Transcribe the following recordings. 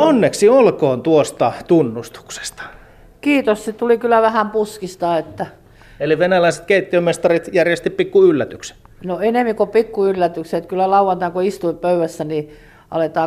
Onneksi olkoon tuosta tunnustuksesta. Kiitos, se tuli kyllä vähän puskista. Eli venäläiset keittiömestarit järjesti pikku yllätyksen. No enemmän kuin pikku yllätykset. Kyllä lauantaina kun istuin pöydässä, niin aletaan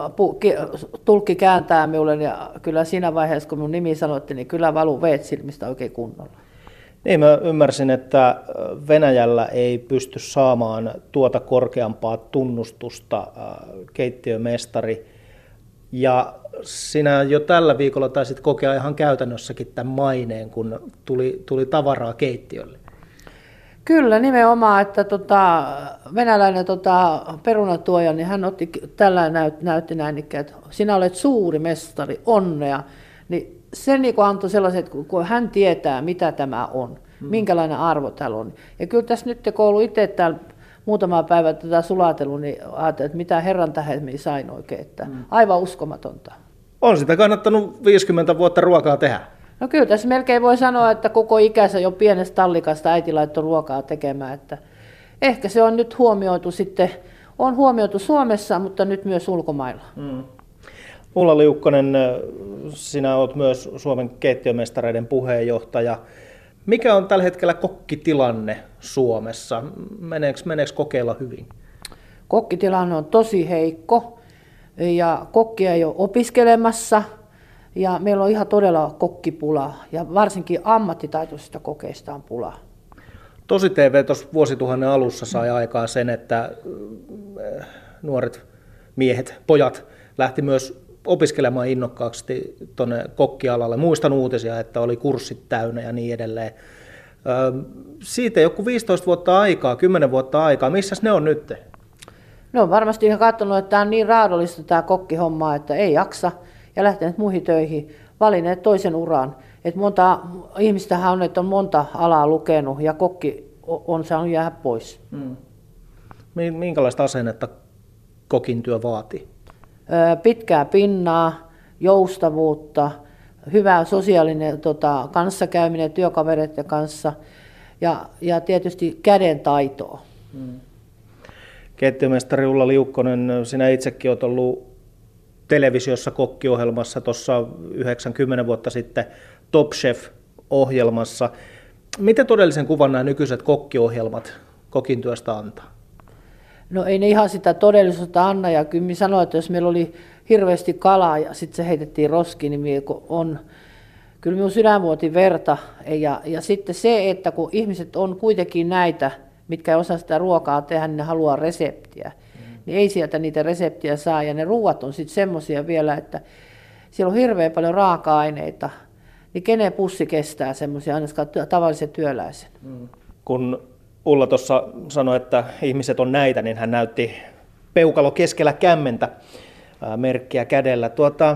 tulkki kääntää minulle. Ja kyllä siinä vaiheessa, kun minun nimi sanottiin, niin kyllä valu veet silmistä oikein kunnolla. Niin, mä ymmärsin, että Venäjällä ei pysty saamaan tuota korkeampaa tunnustusta keittiömestari. Ja sinä jo tällä viikolla taisit kokea ihan käytännössäkin tämän maineen, kun tuli tavaraa keittiölle. Kyllä, nimenomaan, että venäläinen perunatuoja, niin hän otti tällä näytti näin, että sinä olet suuri mestari, onnea. Niin se niin antoi sellaiset, kun hän tietää, mitä tämä on, minkälainen arvo täällä on. Ja kyllä tässä nyt, kun ollut itse täällä muutama päivä tätä sulatellut, niin ajattelin, että mitä herran tähden minä sain oikein, että aivan uskomatonta. On sitä kannattanut 50 vuotta ruokaa tehdä. No kyllä tässä melkein voi sanoa, että koko ikänsä jo pienestä tallikasta äiti laittoi ruokaa tekemään. Että ehkä se on nyt huomioitu sitten, on huomioitu Suomessa, mutta nyt myös ulkomailla. Ulla Liukkonen, sinä olet myös Suomen keittiömestareiden puheenjohtaja. Mikä on tällä hetkellä kokkitilanne Suomessa? Meneekö kokeilla hyvin? Kokkitilanne on tosi heikko ja kokkia ei ole opiskelemassa. Ja meillä on ihan todella kokkipula ja varsinkin ammattitaitoisista kokeista on pula. Tosi TV tuossa vuosituhannen alussa sai aikaan sen, että nuoret miehet, pojat lähti myös opiskelemaan innokkaasti tuonne kokkialalle. Muistan uutisia, että oli kurssit täynnä ja niin edelleen. Siitä joku 15 vuotta aikaa, 10 vuotta aikaa. Missäs ne on nyt? No varmasti ihan katsonut, että tämä on niin raadollista tämä kokkihomma, että ei jaksa. Ja lähteneet muihin töihin, valinneet toisen uran. Että monta ihmistähän on, että on monta alaa lukenut ja kokki on saanut jäädä pois. Minkälaista asennetta kokin työ vaatii? Pitkää pinnaa, joustavuutta, hyvää sosiaalinen kanssakäyminen työkavereiden kanssa ja tietysti käden taitoa. Keittiömestari Ulla Liukkonen, sinä itsekin olet ollut televisiossa kokkiohjelmassa tuossa 90 vuotta sitten Top Chef-ohjelmassa. Miten todellisen kuvan nämä nykyiset kokkiohjelmat kokin työstä antaa? No ei ne ihan sitä todellisuutta anna ja kyllä minä sanoin, että jos meillä oli hirveästi kalaa ja sitten se heitettiin roskiin, niin kyllä minun sydänvuoti verta. Ja sitten se, että kun ihmiset on kuitenkin näitä, mitkä ei osaa sitä ruokaa tehdä, niin ne haluaa reseptiä. Niin ei sieltä niitä reseptiä saa, ja ne ruuat on sitten semmoisia vielä, että siellä on hirveän paljon raaka-aineita, niin kenen pussi kestää semmoisia, ainakaan tavallisen työläisen. Kun Ulla tuossa sanoi, että ihmiset on näitä, niin hän näytti peukalo keskellä kämmentä merkkiä kädellä.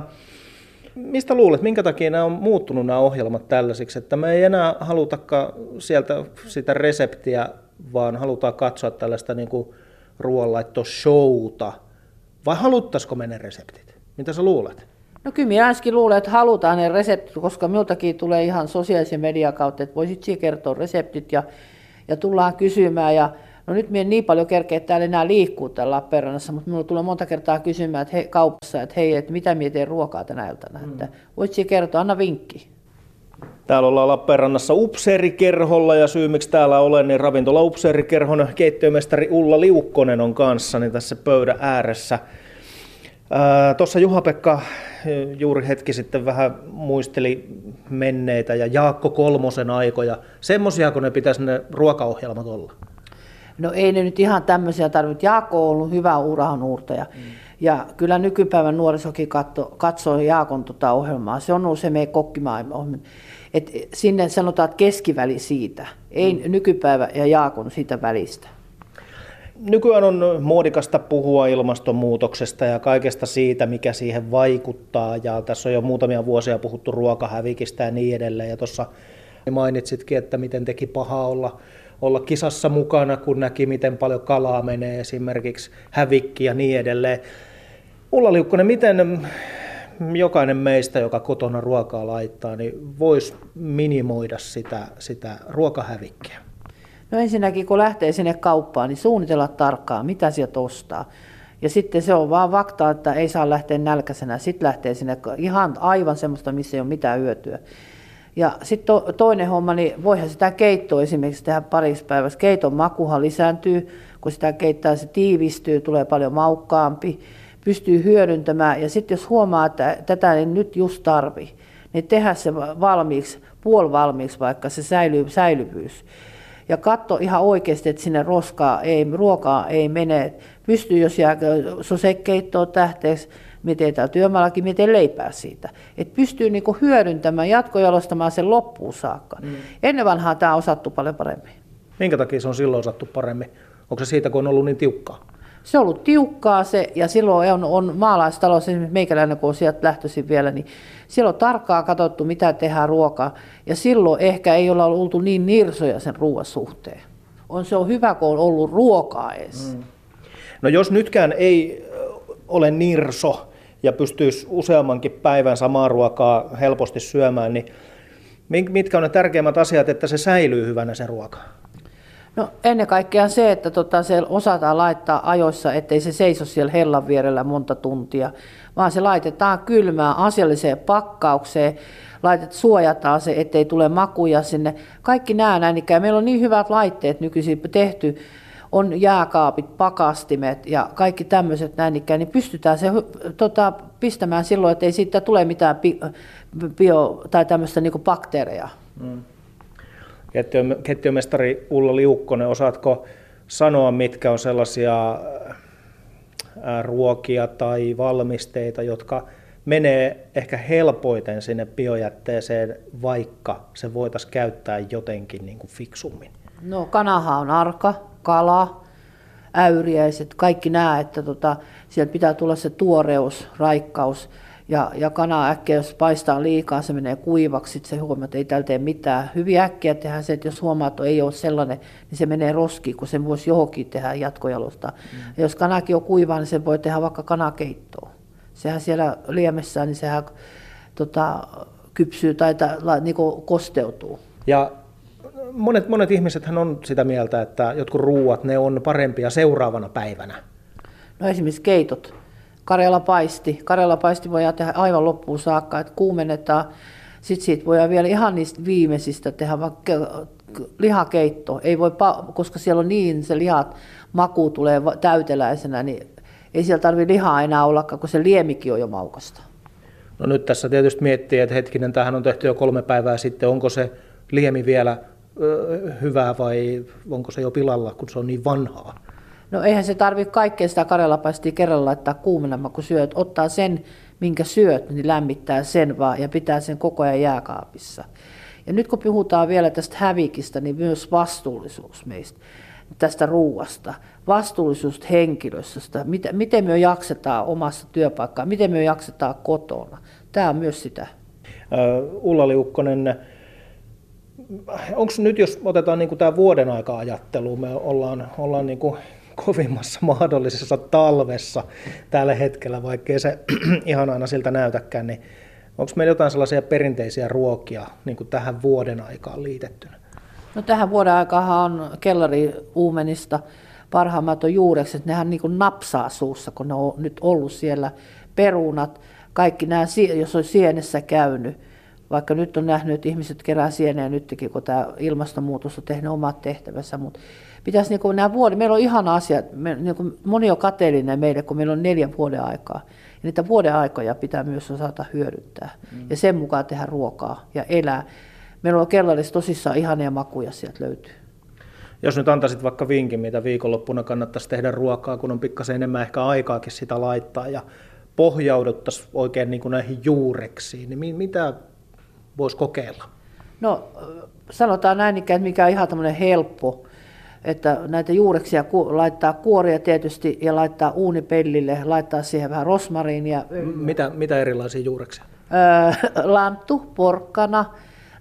Mistä luulet, minkä takia nämä on muuttunut nämä ohjelmat tällaisiksi, että me ei enää halutakaan sieltä sitä reseptiä, vaan halutaan katsoa tällaista niin kuin ruoanlaittoshowta, vai haluttaisiko mennä reseptit? Mitä sä luulet? No kyllä minä ainakin luulen, että halutaan ne reseptit, koska minultakin tulee ihan sosiaalisen median kautta, että voisit siihen kertoa reseptit ja tullaan kysymään. Ja, no nyt minä en niin paljon kerkeä, että täällä enää liikkuu täällä Lappeenrannassa, mutta minulla tulee monta kertaa kysymään että kaupassa, että hei, että mitä minä teen ruokaa tänä iltana. Että voisit siihen kertoa, anna vinkki. Täällä ollaan Lappeenrannassa upseerikerholla ja syy miksi täällä olen, niin ravintola upseerikerhon keittiömestari Ulla Liukkonen on kanssani tässä pöydän ääressä. Tuossa Juha-Pekka juuri hetki sitten vähän muisteli menneitä ja Jaakko Kolmosen aikoja. Semmoisiako ne pitäisi ne ruokaohjelmat olla? No ei ne nyt ihan tämmöisiä tarvitse. Jaakko on ollut hyvä urahanuurtaja. Ja kyllä nykypäivän nuorisokin katsoo Jaakon ohjelmaa. Se on ollut se meidän kokkimaailma. Et sinne sanotaan, että keskiväli siitä. Ei nykypäivä ja Jaakon siitä välistä. Nykyään on muodikasta puhua ilmastonmuutoksesta ja kaikesta siitä, mikä siihen vaikuttaa. Ja tässä on jo muutamia vuosia puhuttu ruokahävikistä ja niin edelleen. Ja tuossa mainitsitkin, että miten teki pahaa olla kisassa mukana, kun näki, miten paljon kalaa menee esimerkiksi hävikki ja niin edelleen. Ulla Liukkonen, miten jokainen meistä, joka kotona ruokaa laittaa, niin voisi minimoida sitä ruokahävikkiä? No ensinnäkin, kun lähtee sinne kauppaan, niin suunnitella tarkkaan, mitä sieltä ostaa. Ja sitten se on vaan fakta, että ei saa lähteä nälkäisenä. Sitten lähtee sinne ihan aivan semmoista, missä ei ole mitään hyötyä. Ja sitten toinen homma, niin voihan sitä keittoa esimerkiksi tehdä parissa päivässä. Keiton makuhan lisääntyy, kun sitä keittää, se tiivistyy, tulee paljon maukkaampi, pystyy hyödyntämään. Ja sitten jos huomaa, että tätä ei nyt just tarvii, niin tehdä se valmiiksi, puolivalmiiksi, vaikka se säilyvyys. Ja katso ihan oikeasti, että sinne ruokaa ei mene. Pystyy, jos jää sosekeittoon tähteeksi, miten täällä työmaallakin, miten leipää siitä. Että pystyy niinku hyödyntämään, jatkojalostamaan sen loppuun saakka. Ennen vanhaa tämä on osattu paljon paremmin. Minkä takia se on silloin osattu paremmin? Onko se siitä, kun on ollut niin tiukkaa? Se on ollut tiukkaa se, ja silloin on maalaistalous, esimerkiksi meikäläinen, kun on sieltä lähtöisin vielä, niin silloin on tarkkaan katsottu, mitä tehdään ruokaa, ja silloin ehkä ei olla oltu niin nirsoja sen ruoan suhteen. Se on hyvä, kun on ollut ruokaa edes. No jos nytkään ei ole nirso ja pystyisi useammankin päivän samaa ruokaa helposti syömään, niin mitkä on ne tärkeimmät asiat, että se säilyy hyvänä se ruoka? No ennen kaikkea se, että se osataan laittaa ajoissa, ettei se seiso siellä hellan vierellä monta tuntia, vaan se laitetaan kylmään asialliseen pakkaukseen, suojataan se, ettei tule makuja sinne. Kaikki nämä näin ikään. Meillä on niin hyvät laitteet nykyisin tehty, on jääkaapit, pakastimet ja kaikki tämmöiset näin ikään, niin pystytään se pistämään silloin, ettei siitä tule mitään tai tämmöistä niin kuin bakteereja. Keittiömestari Ulla Liukkonen, osaatko sanoa, mitkä on sellaisia ruokia tai valmisteita, jotka menee ehkä helpoiten sinne biojätteeseen, vaikka se voitaisiin käyttää jotenkin niin kuin fiksummin? No kanahan on arka, kala, äyriäiset, kaikki nämä, että sieltä pitää tulla se tuoreus, raikkaus. Ja kana äkkiä, jos paistaa liikaa, se menee kuivaksi, sitten se huomaa, että ei täällä tee mitään. Hyvin äkkiä tehdään se, että jos huomaa, että ei ole sellainen, niin se menee roskiin, kun sen voisi johonkin tehdä jatkojalostaa. Ja jos kanakin on kuivaa, niin sen voi tehdä vaikka kanakeittoa. Sehän siellä liemessään, niin sehän kypsyy tai niin kosteutuu. Ja monet ihmisethän on sitä mieltä, että jotkut ruuat, ne on parempia seuraavana päivänä. No esimerkiksi keitot. Karjalapaisti voidaan tehdä aivan loppuun saakka, että kuumennetaan. Sitten siitä voidaan vielä ihan niistä viimeisistä tehdä vaikka lihakeitto. Ei voi, koska siellä on niin, se lihat maku tulee täyteläisenä, niin ei siellä tarvitse lihaa enää ollakaan, kun se liemikin on jo maukasta. No nyt tässä tietysti miettii, että hetkinen, tämähän on tehty jo 3 päivää sitten. Onko se liemi vielä hyvää vai onko se jo pilalla, kun se on niin vanhaa? No eihän se tarvitse kaikkea sitä karjalapaistia kerralla laittaa kuumenemaan, kun syöt. Ottaa sen, minkä syöt, niin lämmittää sen vaan ja pitää sen koko ajan jääkaapissa. Ja nyt kun puhutaan vielä tästä hävikistä, niin myös vastuullisuus meistä, tästä ruuasta, vastuullisuus henkilöstöstä, miten me jaksetaan omassa työpaikkaa, miten me jaksetaan kotona. Tämä on myös sitä. Ulla Liukkonen, onko nyt, jos otetaan niin kuin tämä vuoden aika-ajattelu, me ollaan niin kuin kovimmassa mahdollisessa talvessa tällä hetkellä, vaikkei se ihan aina siltä näytäkään, niin onko meillä jotain sellaisia perinteisiä ruokia niin kuin tähän vuoden aikaan liitettynä? No tähän vuoden aikaan on kellariuumenista parhaimmat on juurekset, nehän niin kuin napsaa suussa, kun ne on nyt ollut siellä, perunat, kaikki nämä, jos on sienessä käynyt. Vaikka nyt on nähnyt, että ihmiset kerää sieneen nytkin, kun tämä ilmastonmuutos on tehnyt omat tehtävänsä, mutta pitäisi niin kuin nämä vuodet, meillä on ihana asia, niin kuin moni on kateellinen meille, kun meillä on 4 vuoden aikaa. Ja niitä vuoden aikoja pitää myös osata hyödyntää ja sen mukaan tehdä ruokaa ja elää. Meillä on kellarissa tosissaan ihania makuja, sieltä löytyy. Jos nyt antaisit vaikka vinkin, mitä viikonloppuna kannattaisi tehdä ruokaa, kun on pikkasen enemmän ehkä aikaakin sitä laittaa ja pohjauduttaisiin oikein niin kuin näihin juureksiin, niin mitä voisi kokeilla? No sanotaan näin ikään, että mikä on ihan tämmöinen helppo, että näitä juureksia laittaa kuoria tietysti ja laittaa uunipellille, laittaa siihen vähän rosmariinia. Mitä erilaisia juureksia? Lanttu, porkkana,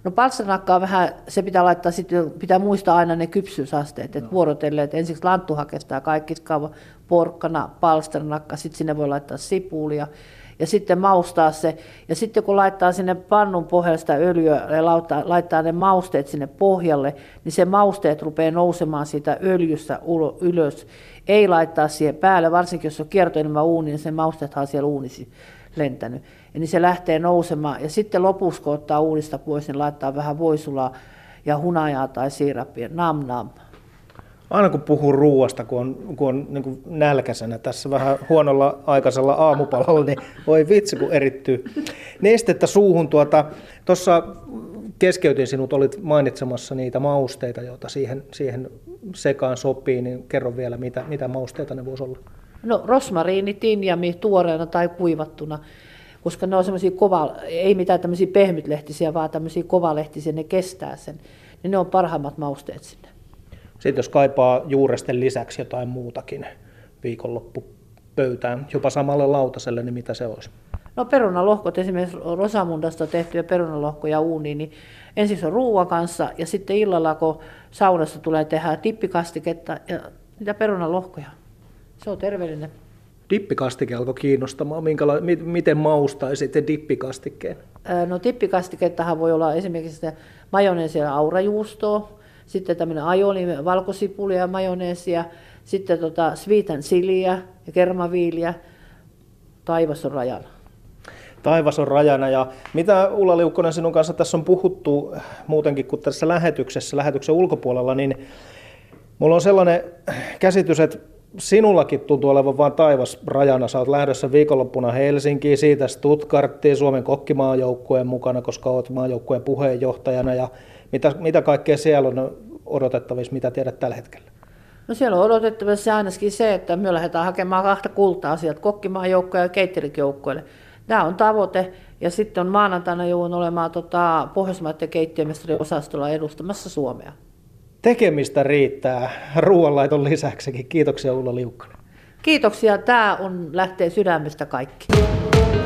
No palsternakkaa vähän, se pitää laittaa sitten, pitää muistaa aina ne kypsyysasteet, että vuorotellen, että ensiksi lanttuhakesta ja kaikki porkkana, palsternakka, sitten sinne voi laittaa sipulia ja sitten maustaa se. Ja sitten kun laittaa sinne pannun pohjalle sitä öljyä ja laittaa ne mausteet sinne pohjalle, niin se mausteet rupeaa nousemaan siitä öljystä ylös. Ei laittaa siihen päälle, varsinkin jos on kiertoilma uuni, niin se mausteethan on siellä uunissa lentänyt. Ja niin se lähtee nousemaan ja sitten lopuksi kun ottaa uunista pois, niin laittaa vähän voisulaa ja hunajaa tai siirappia. Nam nam. Aina kun puhuu ruuasta, kun on niin kuin nälkäisenä tässä vähän huonolla aikaisella aamupalalla, niin voi vitsi kun erittyy nestettä suuhun. Tuossa keskeytin sinut, olit mainitsemassa niitä mausteita, joita siihen sekaan sopii, niin kerro vielä, mitä mausteita ne voisi olla. No rosmariini, tinjami, tuoreena tai kuivattuna, koska ne on semmoisia ei mitään tämmöisiä pehmytlehtisiä, vaan tämmöisiä kovalehtisiä, ne kestää sen, niin ne on parhaimmat mausteet sinne. Sitten jos kaipaa juuresten lisäksi jotain muutakin viikonloppupöytään, jopa samalle lautaselle, niin mitä se olisi? No perunalohkot, esimerkiksi Rosamundasta tehtyjä perunalohkoja uuniin, niin ensin on ruoan kanssa ja sitten illalla, kun saunassa tulee tehdä dippikastiketta ja niitä perunalohkoja. Se on terveellinen. Dippikastike alkoi kiinnostamaan. Miten maustaisitte dippikastikkeen? No dippikastikettahan voi olla esimerkiksi majoneesia ja aurajuustoa, sitten tämmöinen aioli, valkosipulia ja majoneesia, sitten sweet and chiliä ja kermaviiliä. Taivas on rajana. Taivas on rajana. Ja mitä Ulla Liukkonen sinun kanssa tässä on puhuttu muutenkin kuin tässä lähetyksen ulkopuolella, niin mulla on sellainen käsitys, että sinullakin tuntuu olevan vain taivas rajana. Sä oot lähdössä viikonloppuna Helsinkiin, siitä Stuttgarttiin, Suomen kokkimaajoukkueen mukana, koska olet maajoukkueen puheenjohtajana. Ja mitä kaikkea siellä on odotettavissa, mitä tiedät tällä hetkellä? No siellä on odotettavissa ainakin se, että me lähdetään hakemaan 2 kultaa sieltä kokkimaajoukkoja ja keittiöjoukkoille. Tämä on tavoite. Ja sitten on maanantaina joudun olemaan Pohjoismaiden keittiömestariosastolla edustamassa Suomea. Tekemistä riittää ruoanlaiton lisäksikin. Kiitoksia Ulla Liukkonen. Kiitoksia. Tämä lähtee sydämestä kaikki.